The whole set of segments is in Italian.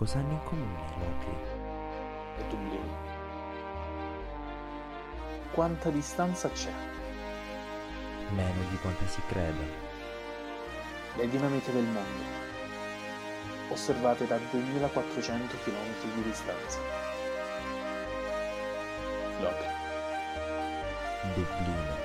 cosa hanno in comune Loki e Dublino? Quanta distanza c'è? meno di quanta si creda? Le dinamiche del mondo, osservate da 2400 km di distanza. Loki. Dublino.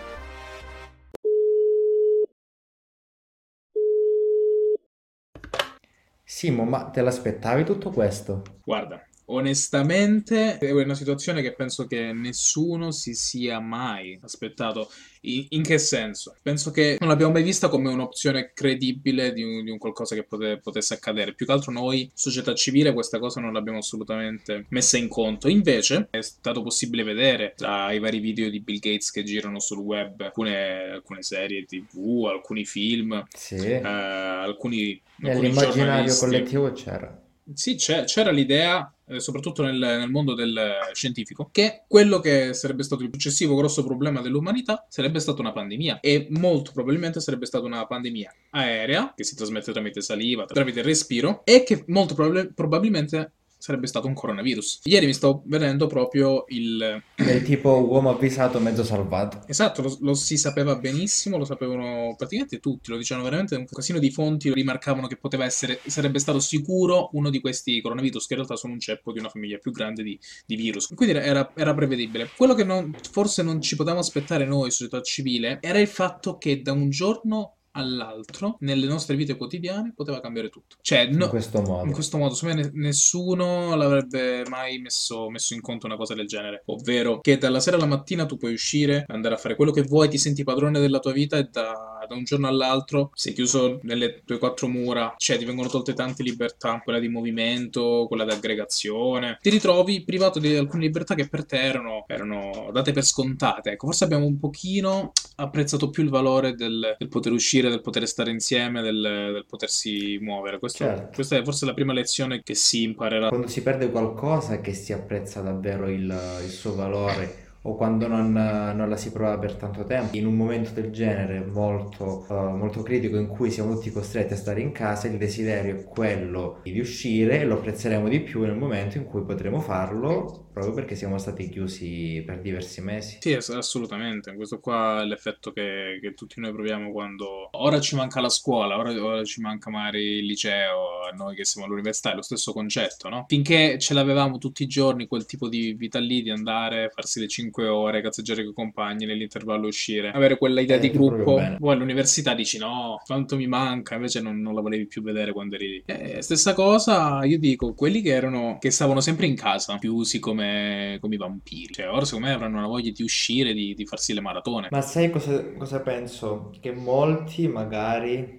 Simo, ma te l'aspettavi tutto questo? Guarda, onestamente è una situazione che penso che nessuno si sia mai aspettato. In che senso? Penso che non l'abbiamo mai vista come un'opzione credibile di un qualcosa che potesse accadere. Più che altro noi, società civile, questa cosa non l'abbiamo assolutamente messa in conto. Invece è stato possibile vedere tra i vari video di Bill Gates che girano sul web alcune serie TV, alcuni film, Sì, alcuni nell'immaginario giornalisti. collettivo c'era. Sì, c'era l'idea, soprattutto nel mondo del scientifico, che quello che sarebbe stato il successivo grosso problema dell'umanità sarebbe stata una pandemia. E molto probabilmente sarebbe stata una pandemia aerea, che si trasmette tramite saliva, tramite il respiro, e che molto probabilmente sarebbe stato un coronavirus. Ieri mi sto vedendo proprio Del tipo uomo avvisato, mezzo salvato. Esatto, lo si sapeva benissimo, lo sapevano praticamente tutti, lo dicevano veramente un casino di fonti, lo rimarcavano che sarebbe stato sicuro uno di questi coronavirus, che in realtà sono un ceppo di una famiglia più grande di virus. Quindi era prevedibile. Quello che forse non ci potevamo aspettare noi, società civile, era il fatto che da un giorno all'altro, nelle nostre vite quotidiane, poteva cambiare tutto. Cioè, In questo modo. in questo modo, secondo me nessuno l'avrebbe mai messo in conto una cosa del genere. Ovvero che dalla sera alla mattina tu puoi uscire, andare a fare quello che vuoi, ti senti padrone della tua vita e da un giorno all'altro sei chiuso nelle tue quattro mura, cioè ti vengono tolte tante libertà, quella di movimento, quella di aggregazione. Ti ritrovi privato di alcune libertà che per te erano date per scontate. Ecco, forse abbiamo un pochino apprezzato più il valore del poter uscire, del poter stare insieme, del potersi muovere. Certo. Questa è forse la prima lezione che si imparerà. Quando si perde qualcosa che si apprezza davvero il suo valore o quando non la si prova per tanto tempo. In un momento del genere molto critico in cui siamo tutti costretti a stare in casa, il desiderio è quello di uscire e lo apprezzeremo di più nel momento in cui potremo farlo proprio perché siamo stati chiusi per diversi mesi. Sì, assolutamente. Questo qua è l'effetto che tutti noi proviamo quando ora ci manca la scuola, ora ci manca magari il liceo, a noi che siamo all'università, è lo stesso concetto, no? Finché ce l'avevamo tutti i giorni, quel tipo di vita lì, di andare, farsi le 5 ore, cazzeggiare con i compagni, nell'intervallo uscire, avere quella idea di Proprio gruppo, bene. poi all'università dici no, quanto mi manca, invece non la volevi più vedere quando eri lì. Stessa cosa, io dico, quelli che stavano sempre in casa, chiusi come i vampiri, cioè ora secondo me avranno una voglia di uscire, di farsi le maratone. Ma sai cosa penso? Che molti magari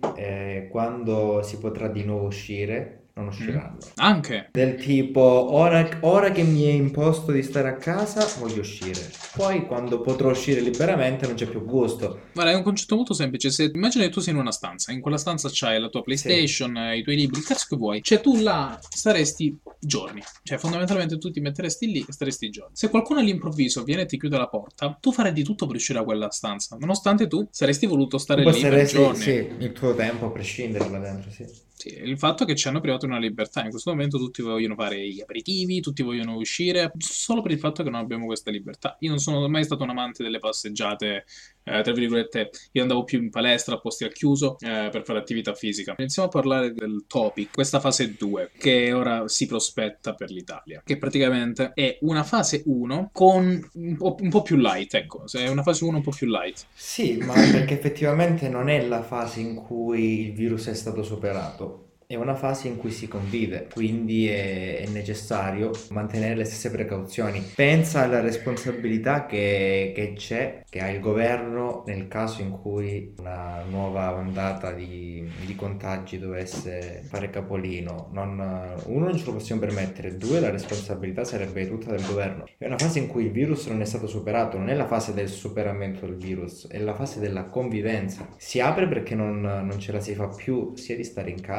quando si potrà di nuovo uscire non usciranno. Anche. Del tipo, ora che mi è imposto di stare a casa, voglio uscire. Poi quando potrò uscire liberamente non c'è più gusto. Guarda, è un concetto molto semplice. Immagina che tu sei in una stanza, in quella stanza c'hai la tua PlayStation, i tuoi libri, il cazzo che vuoi. Cioè tu là staresti giorni. Cioè fondamentalmente tu ti metteresti lì e staresti giorni. Se qualcuno all'improvviso viene e ti chiude la porta, tu farai di tutto per uscire da quella stanza, nonostante tu saresti voluto stare Tu lì per passeresti, giorni. sì, il tuo tempo a prescindere là dentro, sì. Sì, il fatto è che ci hanno privato di una libertà. In questo momento tutti vogliono fare gli aperitivi, tutti vogliono uscire, solo per il fatto che non abbiamo questa libertà. Io non sono mai stato un amante delle passeggiate, tra virgolette, io andavo più in palestra, a posti al chiuso, per fare attività fisica. Iniziamo a parlare del topic, questa fase 2, che ora si prospetta per l'Italia, che praticamente è una fase 1 con un po' più light, ecco, è una fase 1 un po' più light. Sì, ma perché effettivamente non è la fase in cui il virus è stato superato. È una fase in cui si convive, quindi è necessario mantenere le stesse precauzioni. Pensa alla responsabilità che c'è, che ha il governo nel caso in cui una nuova ondata di contagi dovesse fare capolino. Uno, non ce lo possiamo permettere, due, la responsabilità sarebbe tutta del governo. È una fase in cui il virus non è stato superato, non è la fase del superamento del virus, è la fase della convivenza. Si apre perché non ce la si fa più sia di stare in casa, sia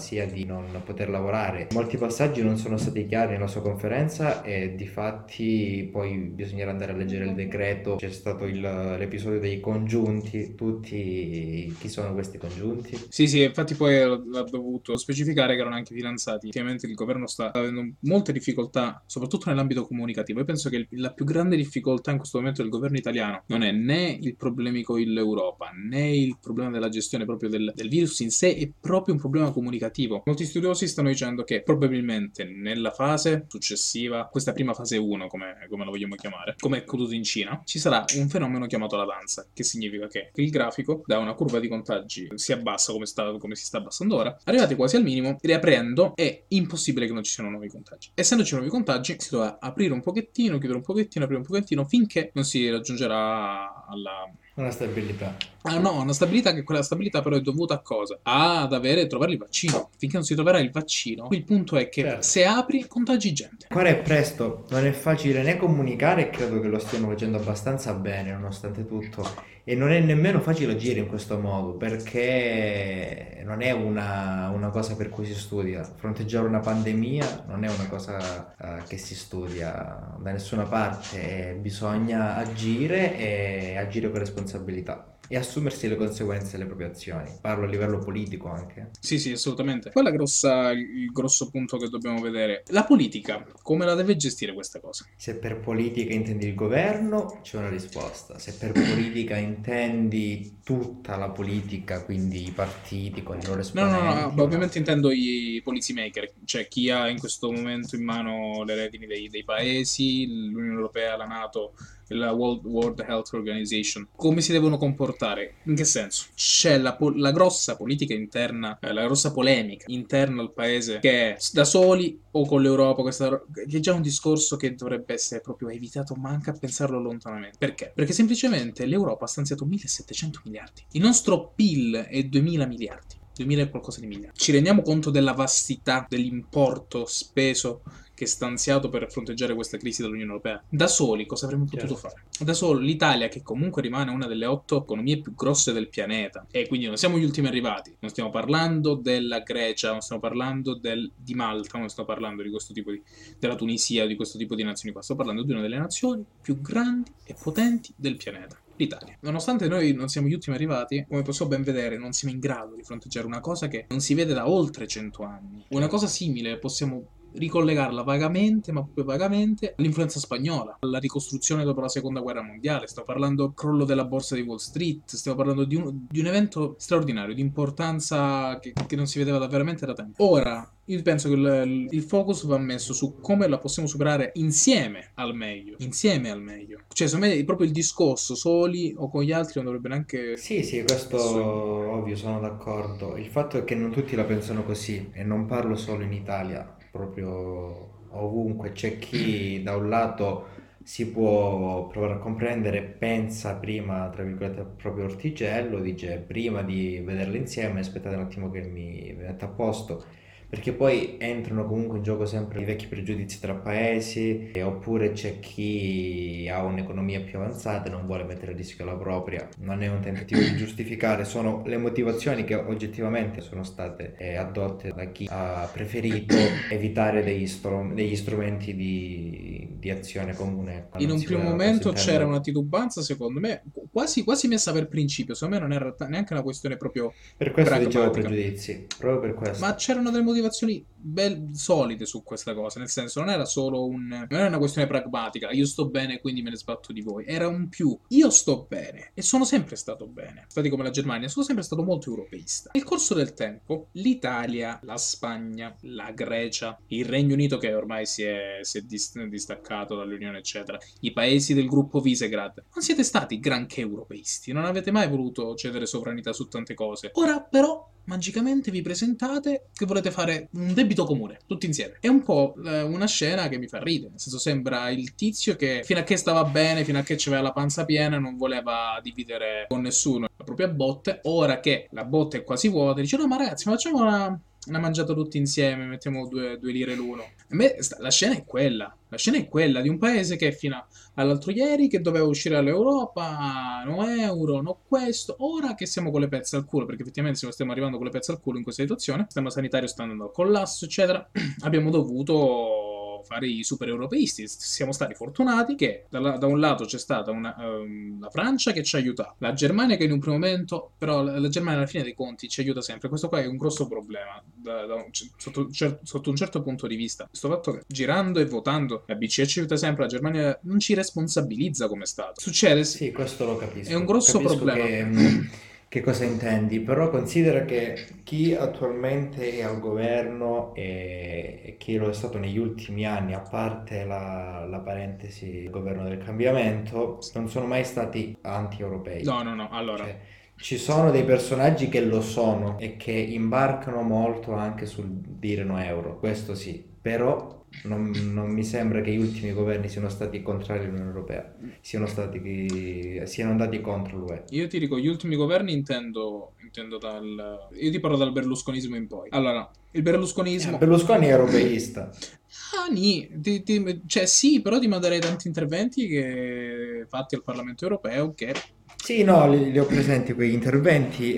sia di non poter lavorare. Molti passaggi non sono stati chiari nella sua conferenza e difatti poi bisognerà andare a leggere il decreto. C'è stato l'episodio dei congiunti, tutti chi sono questi congiunti? Sì, infatti poi l'ha dovuto specificare che erano anche fidanzati. Ovviamente il governo sta avendo molte difficoltà, soprattutto nell'ambito comunicativo. Io penso che la più grande difficoltà in questo momento del governo italiano non è né il problemi con l'Europa, né il problema della gestione proprio del virus in sé, è proprio un problema comunicativo. Molti studiosi stanno dicendo che probabilmente nella fase successiva, questa prima fase 1, come la vogliamo chiamare, come è accaduto in Cina, ci sarà un fenomeno chiamato la danza, che significa che il grafico da una curva di contagi si abbassa come si sta abbassando ora, arrivati quasi al minimo, riaprendo è impossibile che non ci siano nuovi contagi. Essendoci nuovi contagi si dovrà aprire un pochettino, chiudere un pochettino, aprire un pochettino, finché non si raggiungerà Una stabilità. no, una stabilità, che quella stabilità però è dovuta a cosa? Ad trovare il vaccino. Finché non si troverà il vaccino, il punto è che Certo. se apri, contagi gente. Ancora è presto, non è facile né comunicare e credo che lo stiano facendo abbastanza bene nonostante tutto, e non è nemmeno facile agire in questo modo perché non è una cosa per cui si studia. Fronteggiare una pandemia non è una cosa che si studia da nessuna parte, bisogna agire e agire con responsabilità e assumersi le conseguenze delle proprie azioni. Parlo a livello politico anche. Sì, assolutamente. Poi il grosso punto che dobbiamo vedere, la politica, come la deve gestire questa cosa? Se per politica intendi il governo, c'è una risposta. Se per politica intendi tutta la politica, quindi i partiti con i loro esponenti... No, ovviamente intendo i policy maker, cioè chi ha in questo momento in mano le redini dei paesi, l'Unione Europea, la NATO, la World Health Organization. Come si devono comportare? In che senso? C'è la grossa politica interna, la grossa polemica interna al paese, che è da soli o con l'Europa, che è già un discorso che dovrebbe essere proprio evitato, manca a pensarlo lontanamente. Perché? Perché semplicemente l'Europa ha stanziato 1700 miliardi. Il nostro PIL è 2000 miliardi. 2000 e qualcosa di miliardi. Ci rendiamo conto della vastità dell'importo speso che è stanziato per fronteggiare questa crisi dall'Unione Europea? Da soli cosa avremmo potuto fare? Da solo l'Italia, che comunque rimane una delle 8 economie più grosse del pianeta, e quindi non siamo gli ultimi arrivati, non stiamo parlando della Grecia, non stiamo parlando di Malta, non stiamo parlando di questo tipo della Tunisia, di questo tipo di nazioni qua, stiamo parlando di una delle nazioni più grandi e potenti del pianeta. L'Italia. Nonostante noi non siamo gli ultimi arrivati, come possiamo ben vedere, non siamo in grado di fronteggiare una cosa che non si vede da oltre 100 anni. Una cosa simile possiamo ricollegarla vagamente, ma proprio vagamente, all'influenza spagnola, alla ricostruzione dopo la seconda guerra mondiale. Stiamo parlando del crollo della borsa di Wall Street, stiamo parlando di un evento straordinario, di importanza che non si vedeva veramente da tempo. Ora, io penso che il focus va messo su come la possiamo superare insieme al meglio. Insieme al meglio. Cioè, secondo me, proprio il discorso soli o con gli altri non dovrebbe neanche... Sì, questo ovvio, sono d'accordo. Il fatto è che non tutti la pensano così, e non parlo solo in Italia, proprio ovunque. C'è chi da un lato si può provare a comprendere, pensa prima, tra virgolette, al proprio orticello, dice prima di vederle insieme aspettate un attimo che mi metta a posto, perché poi entrano comunque in gioco sempre i vecchi pregiudizi tra paesi, oppure c'è chi ha un'economia più avanzata e non vuole mettere a rischio la propria. Non è un tentativo di giustificare, sono le motivazioni che oggettivamente sono state adotte da chi ha preferito evitare degli strumenti di azione comune. In un primo momento c'era una titubanza, secondo me, quasi messa per principio. Secondo me non era neanche una questione proprio per questo dicevo pragmatica. Pregiudizi, proprio per questo. Ma c'erano delle motivazioni solide su questa cosa, nel senso non era solo non era una questione pragmatica, io sto bene quindi me ne sbatto di voi, era un più, io sto bene e sono sempre stato bene. Stati come la Germania, sono sempre stato molto europeista. Nel corso del tempo l'Italia, la Spagna, la Grecia, il Regno Unito, che ormai si è distaccato dall'Unione eccetera, i paesi del gruppo Visegrad, non siete stati granché europeisti, non avete mai voluto cedere sovranità su tante cose. Ora però magicamente vi presentate che volete fare un debito comune, tutti insieme. È un po' una scena che mi fa ridere, nel senso sembra il tizio che fino a che stava bene, fino a che c'aveva la panza piena, non voleva dividere con nessuno. la propria botte. Ora che la botte è quasi vuota, dice: no, ma ragazzi, facciamo una mangiata tutti insieme, mettiamo due lire l'uno. A me la scena è quella. La scena è quella di un paese che fino all'altro ieri che doveva uscire dall'Europa, no euro, no questo. Ora che siamo con le pezze al culo, perché effettivamente stiamo arrivando con le pezze al culo in questa situazione, il sistema sanitario sta andando al collasso, eccetera, abbiamo dovuto fare i super europeisti. Siamo stati fortunati che da un lato c'è stata la Francia che ci ha aiutato, la Germania che in un primo momento, però la Germania alla fine dei conti ci aiuta sempre. Questo qua è un grosso problema sotto un certo punto di vista. Questo fatto che girando e votando la BCE ci aiuta sempre, la Germania non ci responsabilizza come Stato. Succede, Sì, questo lo capisco. è un grosso Capisco problema. che cosa intendi, però considera che chi attualmente è al governo e chi lo è stato negli ultimi anni, a parte la parentesi il governo del cambiamento, non sono mai stati anti-europei. No, allora. Cioè, ci sono dei personaggi che lo sono e che imbarcano molto anche sul dire no euro, questo sì, però non mi sembra che gli ultimi governi siano stati contrari all'Unione Europea, siano andati contro l'UE. Io ti dico, gli ultimi governi intendo io ti parlo dal berlusconismo in poi. Allora, il berlusconismo... Berlusconi è europeista. Cioè sì, però ti manderei tanti interventi fatti al Parlamento europeo che... Sì, no, li ho presenti quegli interventi,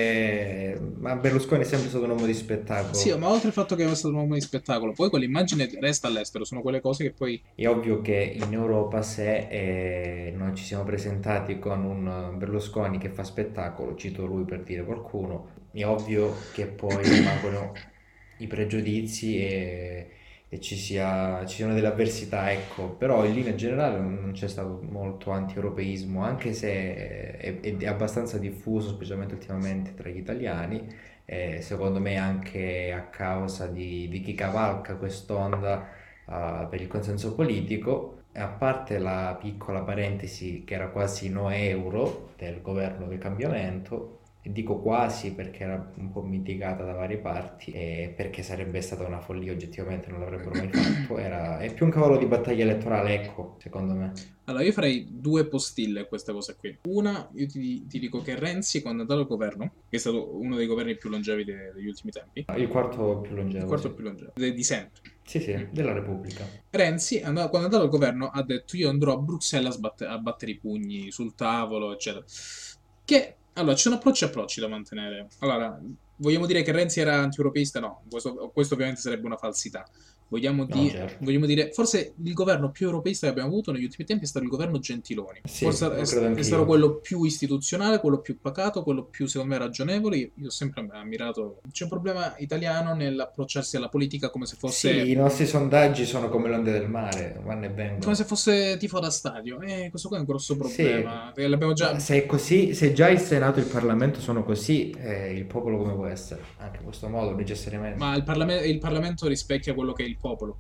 ma Berlusconi è sempre stato un uomo di spettacolo. Sì, ma oltre al fatto che è stato un uomo di spettacolo, poi quell'immagine resta all'estero, sono quelle cose che poi... È ovvio che in Europa se noi ci siamo presentati con un Berlusconi che fa spettacolo, cito lui per dire qualcuno, è ovvio che poi rimangono i pregiudizi e ci siano delle avversità, ecco, però in linea generale non c'è stato molto anti-europeismo, anche se è abbastanza diffuso, specialmente ultimamente tra gli italiani, secondo me anche a causa di chi cavalca quest'onda per il consenso politico. E a parte la piccola parentesi che era quasi no euro del governo del cambiamento, e dico quasi perché era un po' mitigata da varie parti e perché sarebbe stata una follia, oggettivamente non l'avrebbero mai fatto, è più un cavallo di battaglia elettorale, ecco, secondo me. Allora, io farei due postille a queste cose qui. Una, io ti dico che Renzi, quando è andato al governo, che è stato uno dei governi più longevi degli ultimi tempi, Il quarto più longevo. il quarto sì. più longevo, di sempre. Sì, della Repubblica. Renzi, quando è andato al governo, ha detto: io andrò a Bruxelles a battere i pugni sul tavolo, eccetera. Allora, ci sono approcci e approcci da mantenere. Allora, vogliamo dire che Renzi era anti-europeista? No, questo ovviamente sarebbe una falsità. No, certo. Vogliamo dire, forse il governo più europeista che abbiamo avuto negli ultimi tempi è stato il governo Gentiloni. Sì, Forse lo credo è anch'io. stato quello più istituzionale, quello più pacato, quello più, secondo me, ragionevole. Io ho sempre ammirato. C'è un problema italiano nell'approcciarsi alla politica come se fosse... Sì, i nostri sondaggi sono come le onde del mare, vanno e vengono. come se fosse tifo da stadio. Questo qua è un grosso problema. Sì, L'abbiamo già... ma se è così, se già il Senato e il Parlamento sono così, il popolo come può essere? Anche in questo modo, necessariamente. Ma il Parlamento rispecchia quello che è il popolo.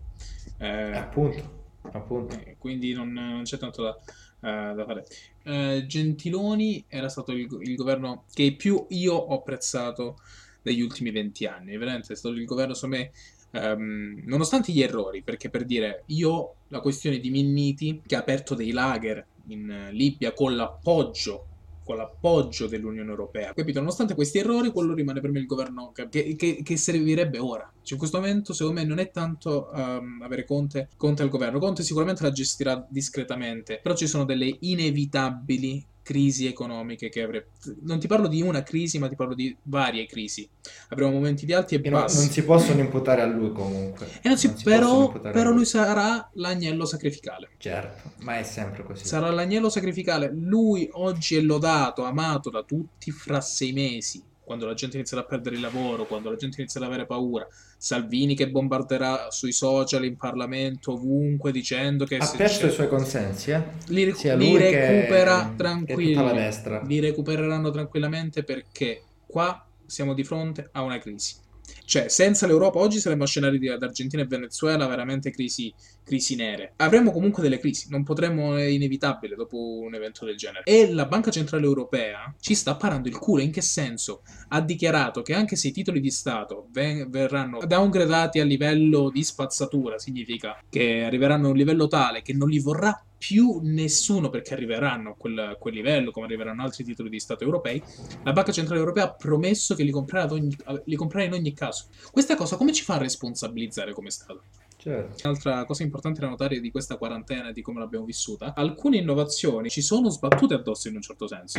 Appunto. Quindi non c'è tanto da fare. Gentiloni era stato il governo che più io ho apprezzato degli ultimi 20 anni. Veramente è stato il governo, secondo me, nonostante gli errori, perché per dire, la questione di Minniti, che ha aperto dei lager in Libia con l'appoggio dell'Unione Europea. Capito? Nonostante questi errori, quello rimane per me il governo che servirebbe ora. Cioè, in questo momento, secondo me, non è tanto avere Conte al governo. Conte sicuramente la gestirà discretamente, però ci sono delle inevitabili crisi economiche che avremo. Non ti parlo di una crisi, ma ti parlo di varie crisi. Avremo momenti di alti e bassi. Non si possono imputare a lui comunque. Però lui sarà l'agnello sacrificale. Certo, ma è sempre così. Sarà l'agnello sacrificale. Lui oggi è lodato, amato da tutti, fra 6 mesi, quando la gente inizierà a perdere il lavoro, quando la gente inizierà ad avere paura. Salvini che bombarderà sui social, in Parlamento, ovunque, dicendo che... Ha perso i suoi consensi, Sia li lui recupera che tranquilli. tutta la destra. Li recupereranno tranquillamente perché qua siamo di fronte a una crisi. Cioè, senza l'Europa oggi saremmo a scenari di Argentina e Venezuela, veramente crisi nere. Avremo comunque delle crisi, non potremo, è inevitabile dopo un evento del genere. E la Banca Centrale Europea ci sta parando il culo. In che senso? Ha dichiarato che anche se i titoli di Stato verranno downgradati a livello di spazzatura, significa che arriveranno a un livello tale che non li vorrà più nessuno, perché arriveranno a quel livello, come arriveranno altri titoli di Stato europei, la Banca Centrale Europea ha promesso che li comprerà in ogni caso. Questa cosa come ci fa a responsabilizzare come Stato? Certo. Un'altra cosa importante da notare di questa quarantena e di come l'abbiamo vissuta, alcune innovazioni ci sono sbattute addosso in un certo senso.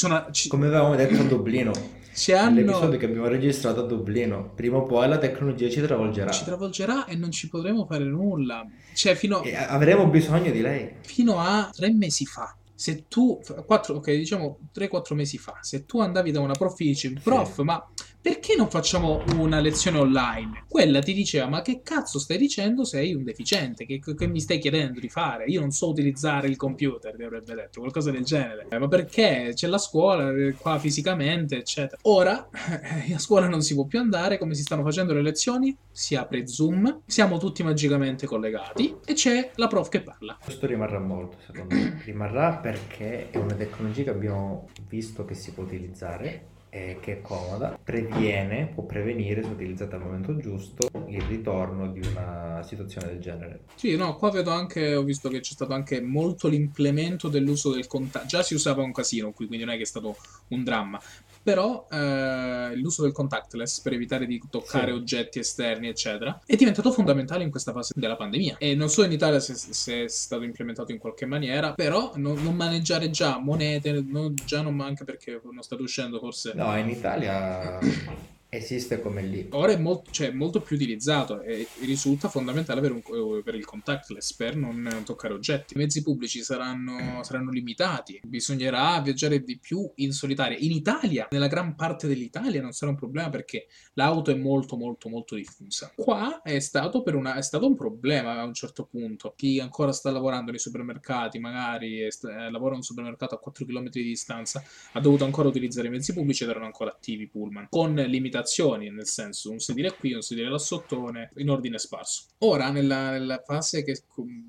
Come avevamo detto a Dublino, Ci hanno... nell'episodio che abbiamo registrato a Dublino, prima o poi la tecnologia ci travolgerà. Ci travolgerà e non ci potremo fare nulla. Cioè, E avremo bisogno di lei. fino a 3 mesi fa. Se tu, 4, ok, diciamo 3-4 mesi fa, se tu andavi da una prof e dicevi, prof, Sì. ma perché non facciamo una lezione online? Quella ti diceva, ma che cazzo stai dicendo? Sei un deficiente, che mi stai chiedendo di fare? Io non so utilizzare il computer, ti avrebbe detto, qualcosa del genere. Ma perché? C'è la scuola, qua fisicamente, eccetera. Ora, a scuola non si può più andare, come si stanno facendo le lezioni? Si apre Zoom, siamo tutti magicamente collegati e c'è la prof che parla. Questo rimarrà molto, secondo me. Rimarrà perché è una tecnologia che abbiamo visto che si può utilizzare e che è comoda, può prevenire, se utilizzata al momento giusto, il ritorno di una situazione del genere. Sì, no, qua vedo anche, ho visto che c'è stato anche molto l'implemento dell'uso del contatto. Già si usava un casino qui, quindi non è che è stato un dramma. Però l'uso del contactless per evitare di toccare Sì. oggetti esterni, eccetera, è diventato fondamentale in questa fase della pandemia. E non so in Italia se è stato implementato in qualche maniera, però non maneggiare già monete, già non manca perché non state uscendo forse. No, in Italia esiste come lì. Ora è molto più utilizzato e risulta fondamentale per il contactless, per non toccare oggetti. I mezzi pubblici saranno limitati, bisognerà viaggiare di più in solitaria. In Italia, nella gran parte dell'Italia, non sarà un problema perché l'auto è molto molto molto diffusa. Qua è stato un problema a un certo punto. Chi ancora sta lavorando nei supermercati, magari lavora in un supermercato a 4 km di distanza, ha dovuto ancora utilizzare i mezzi pubblici ed erano ancora attivi i pullman, con limitazioni, nel senso un sedile qui, un sedile là sottone, in ordine sparso. Ora, nella fase che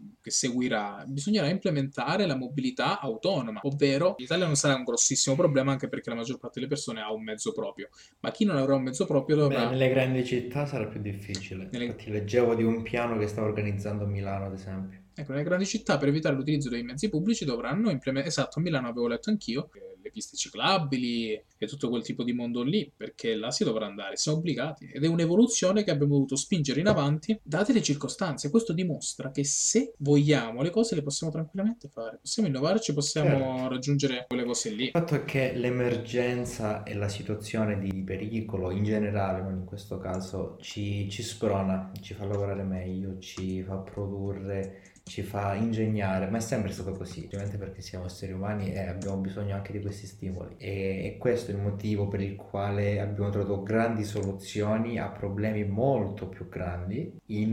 seguirà, bisognerà implementare la mobilità autonoma, ovvero l'Italia non sarà un grossissimo problema anche perché la maggior parte delle persone ha un mezzo proprio, ma chi non avrà un mezzo proprio Beh, dovrà... nelle grandi città sarà più difficile. Infatti leggevo di un piano che stava organizzando a Milano, ad esempio. Ecco, nelle grandi città per evitare l'utilizzo dei mezzi pubblici dovranno implementare, esatto, a Milano avevo letto anch'io, le piste ciclabili e tutto quel tipo di mondo lì, perché là si dovrà andare, siamo obbligati. Ed è un'evoluzione che abbiamo dovuto spingere in avanti, date le circostanze. Questo dimostra che se vogliamo le cose le possiamo tranquillamente fare, possiamo innovarci, possiamo raggiungere quelle cose lì. Il fatto è che l'emergenza e la situazione di pericolo in generale, non in questo caso, ci sprona, ci fa lavorare meglio, ci fa produrre, ci fa ingegnare, ma è sempre stato così, ovviamente perché siamo esseri umani e abbiamo bisogno anche di questi stimoli. E questo è il motivo per il quale abbiamo trovato grandi soluzioni a problemi molto più grandi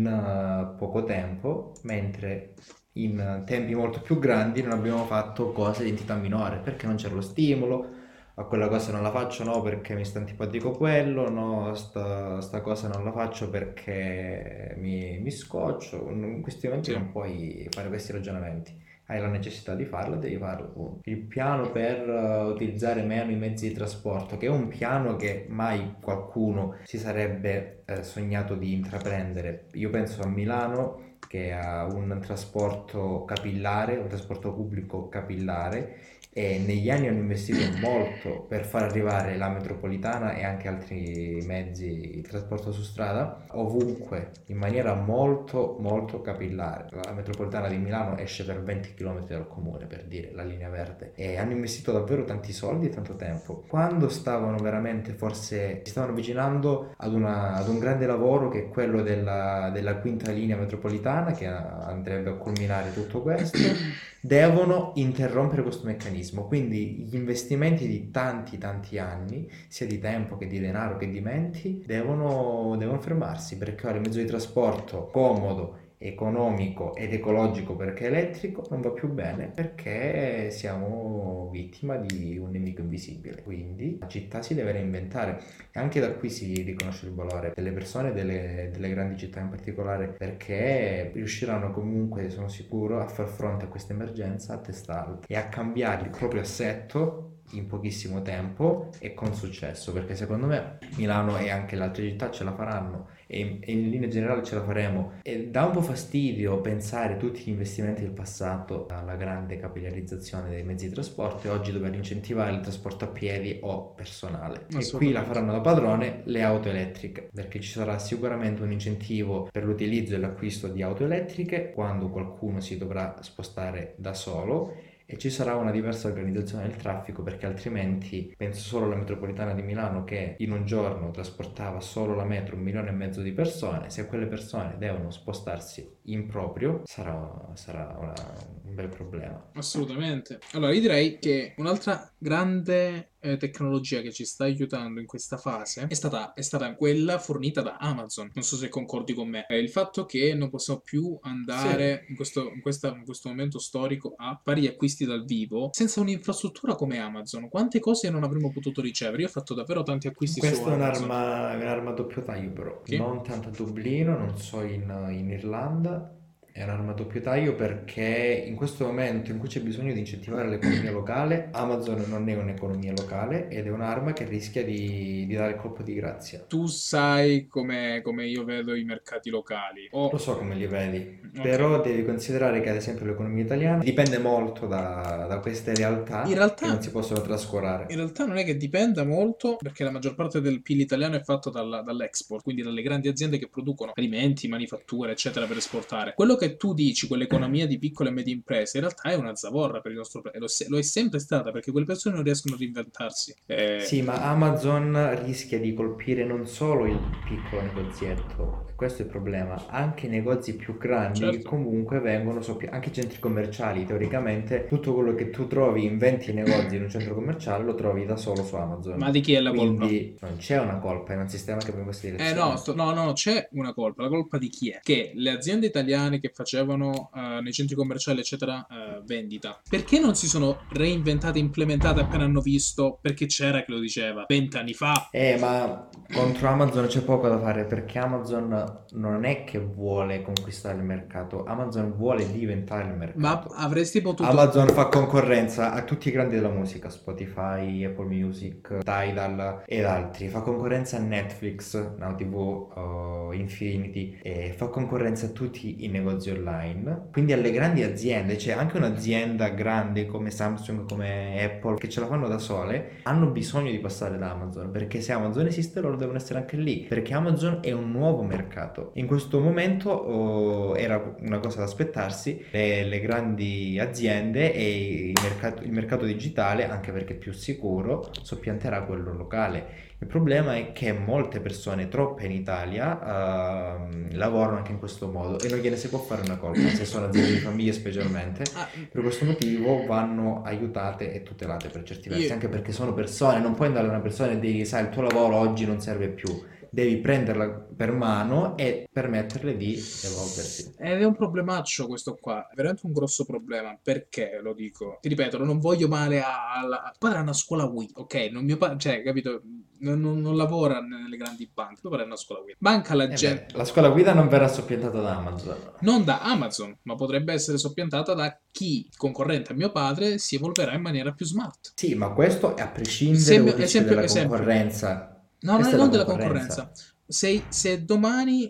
in poco tempo, mentre in tempi molto più grandi non abbiamo fatto cose di entità minore perché non c'era lo stimolo. A quella cosa non la faccio no perché mi sta antipatico quello, no sta cosa non la faccio perché mi scoccio. In questi momenti Sì. non puoi fare questi ragionamenti, hai la necessità di farlo, devi farlo, punto. Il piano per utilizzare meno i mezzi di trasporto, che è un piano che mai qualcuno si sarebbe sognato di intraprendere. Io penso a Milano che ha un trasporto capillare, un trasporto pubblico capillare, e negli anni hanno investito molto per far arrivare la metropolitana e anche altri mezzi di trasporto su strada ovunque in maniera molto molto capillare. La metropolitana di Milano esce per 20 km dal comune, per dire, la linea verde, e hanno investito davvero tanti soldi e tanto tempo. Quando stavano veramente, forse si stavano avvicinando ad un grande lavoro che è quello della quinta linea metropolitana che andrebbe a culminare tutto questo, devono interrompere questo meccanismo. Quindi gli investimenti di tanti anni, sia di tempo che di denaro che di menti, devono fermarsi, perché ora il mezzo di trasporto comodo, economico ed ecologico, perché elettrico, non va più bene perché siamo vittima di un nemico invisibile. Quindi la città si deve reinventare, e anche da qui si riconosce il valore delle persone delle grandi città in particolare, perché riusciranno comunque, sono sicuro, a far fronte a questa emergenza a testa alta e a cambiare il proprio assetto in pochissimo tempo e con successo, perché secondo me Milano e anche le altre città ce la faranno e in linea generale ce la faremo. E dà un po' fastidio pensare tutti gli investimenti del passato alla grande capillarizzazione dei mezzi di trasporto e oggi dover incentivare il trasporto a piedi o personale. E qui la faranno da padrone le auto elettriche, perché ci sarà sicuramente un incentivo per l'utilizzo e l'acquisto di auto elettriche quando qualcuno si dovrà spostare da solo, e ci sarà una diversa organizzazione del traffico, perché altrimenti penso solo alla metropolitana di Milano, che in un giorno trasportava solo la metro 1,5 milioni di persone. Se quelle persone devono spostarsi in proprio sarà un bel problema. Assolutamente. Allora, io direi che un'altra grande tecnologia che ci sta aiutando in questa fase è stata quella fornita da Amazon. Non so se concordi con me. Il fatto che non possiamo più andare in questo momento storico a fare gli acquisti dal vivo senza un'infrastruttura come Amazon. Quante cose non avremmo potuto ricevere? Io ho fatto davvero tanti acquisti su Questa è Amazon. un'arma a doppio taglio, però Sì. non tanto a Dublino, non so in Irlanda. È un'arma a doppio taglio perché in questo momento in cui c'è bisogno di incentivare l'economia locale, Amazon non è un'economia locale ed è un'arma che rischia di dare il colpo di grazia. Tu sai come io vedo i mercati locali. Lo so come li vedi, Ok. però devi considerare che ad esempio l'economia italiana dipende molto da queste realtà In realtà- che non si possono trascurare. In realtà non è che dipenda molto, perché la maggior parte del PIL italiano è fatto dall'export, quindi dalle grandi aziende che producono alimenti, manifatture, eccetera, per esportare. Quello che tu dici, quell'economia di piccole e medie imprese, in realtà è una zavorra per il nostro paese. Lo è sempre stata, perché quelle persone non riescono a reinventarsi. Sì, ma Amazon rischia di colpire non solo il piccolo negozietto, questo è il problema, anche i negozi più grandi che Certo. comunque vengono anche i centri commerciali, teoricamente tutto quello che tu trovi in 20 negozi in un centro commerciale lo trovi da solo su Amazon. Ma di chi è la colpa? Quindi non c'è una colpa, è un sistema che va in questa direzione. No, c'è una colpa. La colpa di chi è? Che le aziende italiane che facevano nei centri commerciali, eccetera, vendita, perché non si sono reinventate, implementate appena hanno visto? Perché c'era che lo diceva 20 anni fa. Ma contro Amazon c'è poco da fare, perché Amazon non è che vuole conquistare il mercato, Amazon vuole diventare il mercato. Ma avresti potuto... Amazon fa concorrenza a tutti i grandi della musica, Spotify, Apple Music, Tidal ed altri, fa concorrenza a Netflix, Now TV, Infinity, e fa concorrenza a tutti i negozi online, quindi alle grandi aziende. C'è anche un'azienda grande come Samsung, come Apple, che ce la fanno da sole, hanno bisogno di passare da Amazon, perché se Amazon esiste loro devono essere anche lì, perché Amazon è un nuovo mercato. In questo momento era una cosa da aspettarsi, le grandi aziende e il mercato digitale, anche perché è più sicuro, soppianterà quello locale. Il problema è che molte persone, troppe in Italia, lavorano anche in questo modo e non gliene si può fare una colpa, se sono aziende di famiglie specialmente. Per questo motivo vanno aiutate e tutelate per certi versi, anche perché sono persone, non puoi andare a una persona e dire, sai, il tuo lavoro oggi non serve più. Devi prenderla per mano e permetterle di evolversi. Ed è un problemaccio questo qua, è veramente un grosso problema. Perché lo dico? Ti ripeto, non voglio male alla... Padre ha una scuola Wii, ok? Non mio padre, cioè, capito? Non lavora nelle grandi banche, mio padre ha una scuola Wii. Manca la gente... La scuola guida non verrà soppiantata da Amazon. Non da Amazon, ma potrebbe essere soppiantata da chi, concorrente a mio padre, si evolverà in maniera più smart. Sì, ma questo è a prescindere dalla concorrenza. No, Questa è non la della concorrenza. Se domani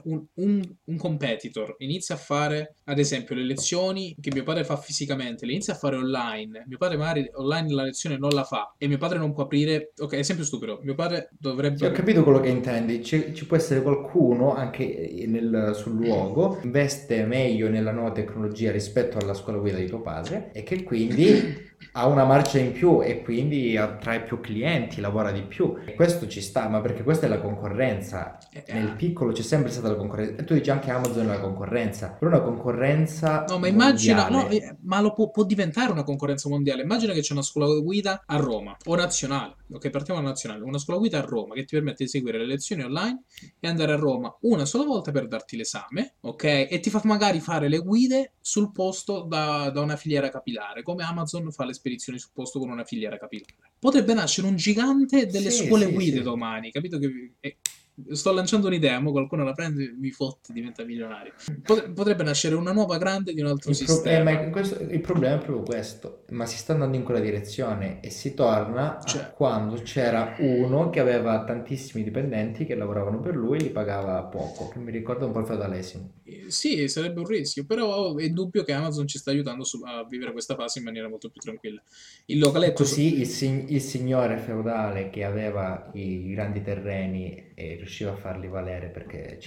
un competitor inizia a fare, ad esempio, le lezioni che mio padre fa fisicamente, le inizia a fare online, mio padre magari online la lezione non la fa e mio padre non può aprire, ok, esempio stupido, mio padre dovrebbe... Sì, ho capito quello che intendi, ci può essere qualcuno anche sul luogo, investe meglio nella nuova tecnologia rispetto alla scuola guida di tuo padre e che quindi ha una marcia in più e quindi attrae più clienti, lavora di più. E questo ci sta, ma perché questa è la concorrenza. Nel piccolo c'è sempre stata la concorrenza. E tu dici anche Amazon è la concorrenza, però una concorrenza No, ma immagina, ma lo può diventare una concorrenza mondiale. Immagina che c'è una scuola guida a Roma o nazionale. Ok, partiamo da nazionale. Una scuola guida a Roma che ti permette di seguire le lezioni online e andare a Roma una sola volta per darti l'esame, ok? E ti fa magari fare le guide sul posto da una filiera capillare, come Amazon fa le spedizioni sul posto con una filiera capillare. Potrebbe nascere un gigante delle scuole guide domani, capito? sto lanciando un'idea, ma qualcuno la prende, mi fotte, diventa milionario. Potrebbe nascere una nuova grande di un altro sistema. Il problema è proprio questo, ma si sta andando in quella direzione e si torna a Cioè, quando c'era uno che aveva tantissimi dipendenti che lavoravano per lui e li pagava poco, che mi ricorda un po' il feudalesimo. sì, sarebbe un rischio, però è dubbio che Amazon ci sta aiutando a vivere questa fase in maniera molto più tranquilla. Il E localetto... così il signore feudale che aveva i grandi terreni e riusciva a farli valere perché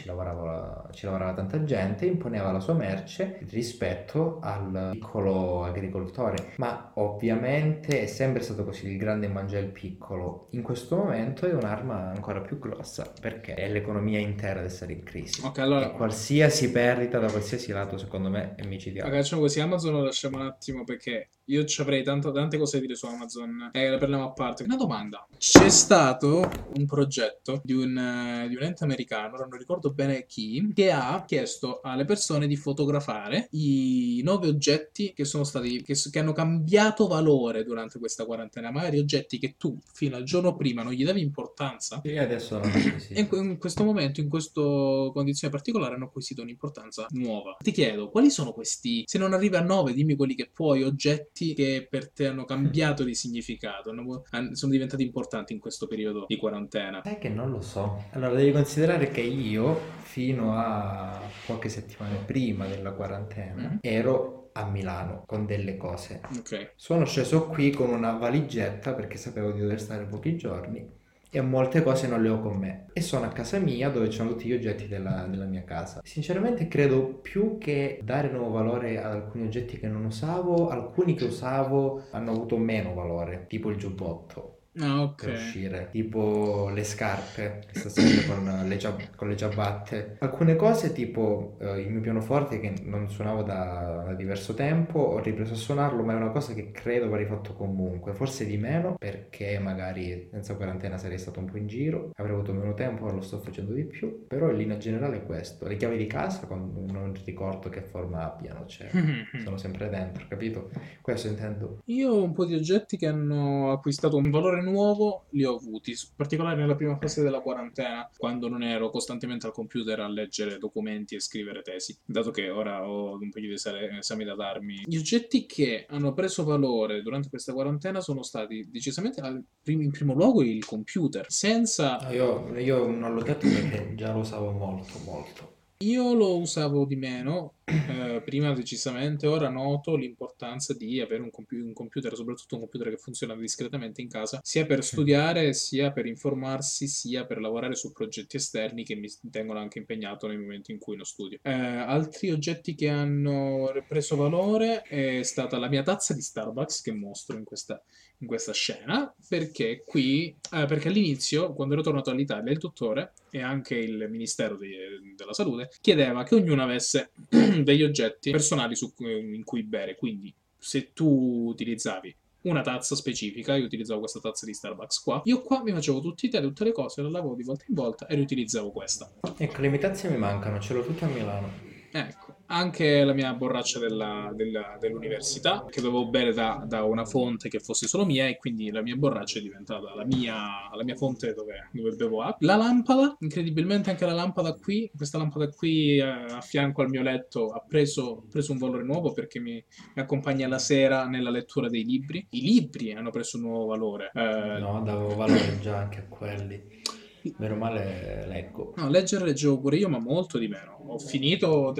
ci lavorava tanta gente, imponeva la sua merce rispetto al piccolo agricoltore. Ma ovviamente è sempre stato così, il grande mangia il piccolo. In questo momento è un'arma ancora più grossa perché è l'economia intera ad essere in crisi. Ok, E allora, qualsiasi perdita da qualsiasi lato, secondo me, è micidiale. facciamo così, Amazon lo lasciamo un attimo perché io ci avrei tante cose da dire su Amazon e le prendiamo a parte. Una domanda. C'è stato un progetto di un ente americano, ora non ricordo bene chi, che ha chiesto alle persone di fotografare i 9 oggetti che sono stati, che hanno cambiato valore durante questa quarantena, magari oggetti che tu fino al giorno prima non gli davi importanza. E adesso non è così. E in questo momento, in questa condizione particolare, hanno acquisito un'importanza nuova. Ti chiedo, quali sono questi? Se non arrivi a 9, dimmi quelli che puoi, oggetti che per te hanno cambiato di significato, sono diventati importanti in questo periodo di quarantena. Sai che non lo so. Allora, devi considerare che io, fino a poche settimane prima della quarantena, ero a Milano con delle cose. Ok. Sono sceso qui con una valigetta perché sapevo di dover stare pochi giorni e molte cose non le ho con me. E sono a casa mia dove ci sono tutti gli oggetti della mia casa. Sinceramente credo più che dare nuovo valore ad alcuni oggetti che non usavo, alcuni che usavo hanno avuto meno valore, tipo il giubbotto. Ah, Per ok. uscire, tipo le scarpe, che sto sempre con le ciabatte. Alcune cose, tipo il mio pianoforte che non suonavo da diverso tempo, ho ripreso a suonarlo, ma è una cosa che credo avrei fatto comunque, forse di meno, perché magari senza quarantena sarei stato un po' in giro, avrei avuto meno tempo, ora lo sto facendo di più, però in linea generale è questo. Le chiavi di casa, non ricordo che forma abbiano, cioè, sono sempre dentro, capito? Questo intendo. Io un po' di oggetti che hanno acquistato un valore nuovo li ho avuti, in particolare nella prima fase della quarantena, quando non ero costantemente al computer a leggere documenti e scrivere tesi, dato che ora ho un paio di esami da darmi. Gli oggetti che hanno preso valore durante questa quarantena sono stati decisamente in primo luogo il computer, senza... No, io non l'ho detto perché già lo usavo molto, molto. Io lo usavo di meno, prima decisamente, ora noto l'importanza di avere un computer, soprattutto un computer che funziona discretamente in casa, sia per studiare, sia per informarsi, sia per lavorare su progetti esterni che mi tengono anche impegnato nei momenti in cui non studio. Altri oggetti che hanno preso valore è stata la mia tazza di Starbucks, che mostro in questa scena, perché perché all'inizio, quando ero tornato all'Italia, il dottore e anche il Ministero della Salute chiedeva che ognuno avesse degli oggetti personali in cui bere. Quindi, se tu utilizzavi una tazza specifica, io utilizzavo questa tazza di Starbucks qua, io qua mi facevo tutti i tè, tutte le cose, la lavavo di volta in volta e riutilizzavo questa. Ecco, le mie tazze mi mancano, ce l'ho tutte a Milano. Ecco, anche la mia borraccia dell'università, che dovevo bere da una fonte che fosse solo mia, e quindi la mia borraccia è diventata la mia fonte dove bevo acqua. La lampada, incredibilmente anche la lampada qui, questa lampada qui a fianco al mio letto ha preso un valore nuovo perché mi accompagna la sera nella lettura dei libri. I libri hanno preso un nuovo valore. No, davo valore già anche a quelli. Meno male leggo. No, leggere leggevo pure io, ma molto di meno. Ho finito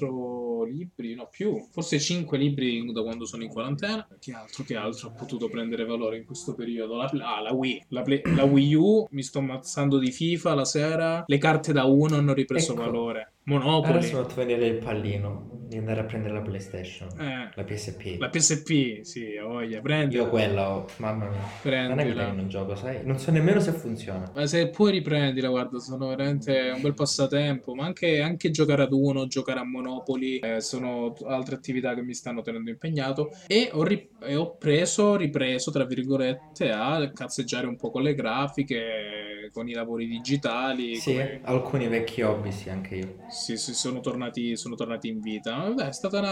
3-4 libri, no più, forse 5 libri da quando sono in quarantena. Che altro ho potuto prendere valore in questo periodo? La Wii, la Wii U, mi sto ammazzando di FIFA la sera. Le carte da 1 hanno ripreso Ecco, valore. adesso Monopoli. mi ha fatto venire il pallino di andare a prendere la PlayStation, la PSP. La PSP, sì, ho voglia, prendila. Io quella ho, mamma mia. Non è Prendila. che non gioco, sai? Non so nemmeno se funziona. Ma se puoi riprendila, guarda, sono veramente un bel passatempo, ma anche giocare ad Uno, giocare a Monopoli, sono altre attività che mi stanno tenendo impegnato e ho ripreso, tra virgolette, a cazzeggiare un po' con le grafiche, con i lavori digitali, Sì, alcuni vecchi hobby, sì, anche io. sì, sono tornati in vita. Vabbè, è stata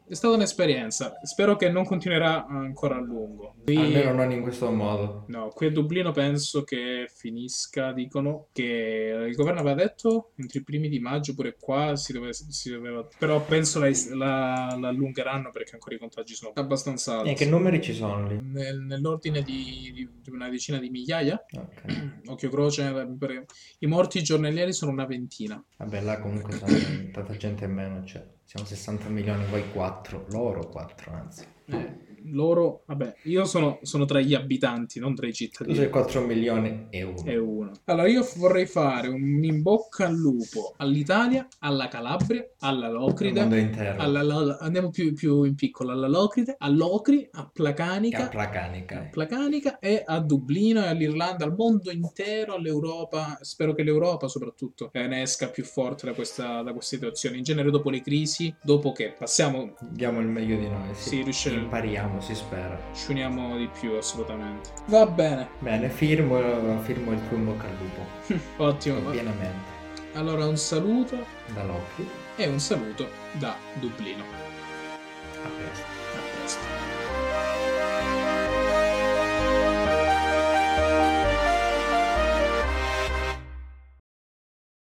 È stata un'esperienza. Spero che non continuerà ancora a lungo. Almeno non in questo modo. No, qui a Dublino penso che finisca, dicono che il governo aveva detto entro i primi di maggio, pure qua si doveva, però penso la allungheranno perché ancora i contagi sono abbastanza E alti. che numeri ci sono lì? Nell'ordine di una decina di migliaia. Ok. Occhio croce, i morti giornalieri sono una ventina. Vabbè, là comunque sono tanta gente in meno, cioè siamo 60 milioni, voi 4, loro 4 anzi. Loro, vabbè, io sono tra gli abitanti, non tra i Tu sei cittadini. 4 milioni e 1. È uno. Allora, io vorrei fare un in bocca al lupo all'Italia, alla Calabria, alla Il Locride, mondo intero. andiamo più in piccolo, alla Locride, a Locri, a Che Placanica, placanica. Placanica e a Dublino e all'Irlanda, al mondo intero, all'Europa. Spero che l'Europa soprattutto ne esca più forte da questa situazione. In genere dopo le crisi, dopo che passiamo, Diamo il meglio di noi, sì. Sì, riusciremo. Impariamo, si spera. ci uniamo di più assolutamente. Va bene, Bene, firmo il tuo in bocca al lupo. ottimo. Pienamente. Allora un saluto Da Loki. e un saluto da Dublino. A presto.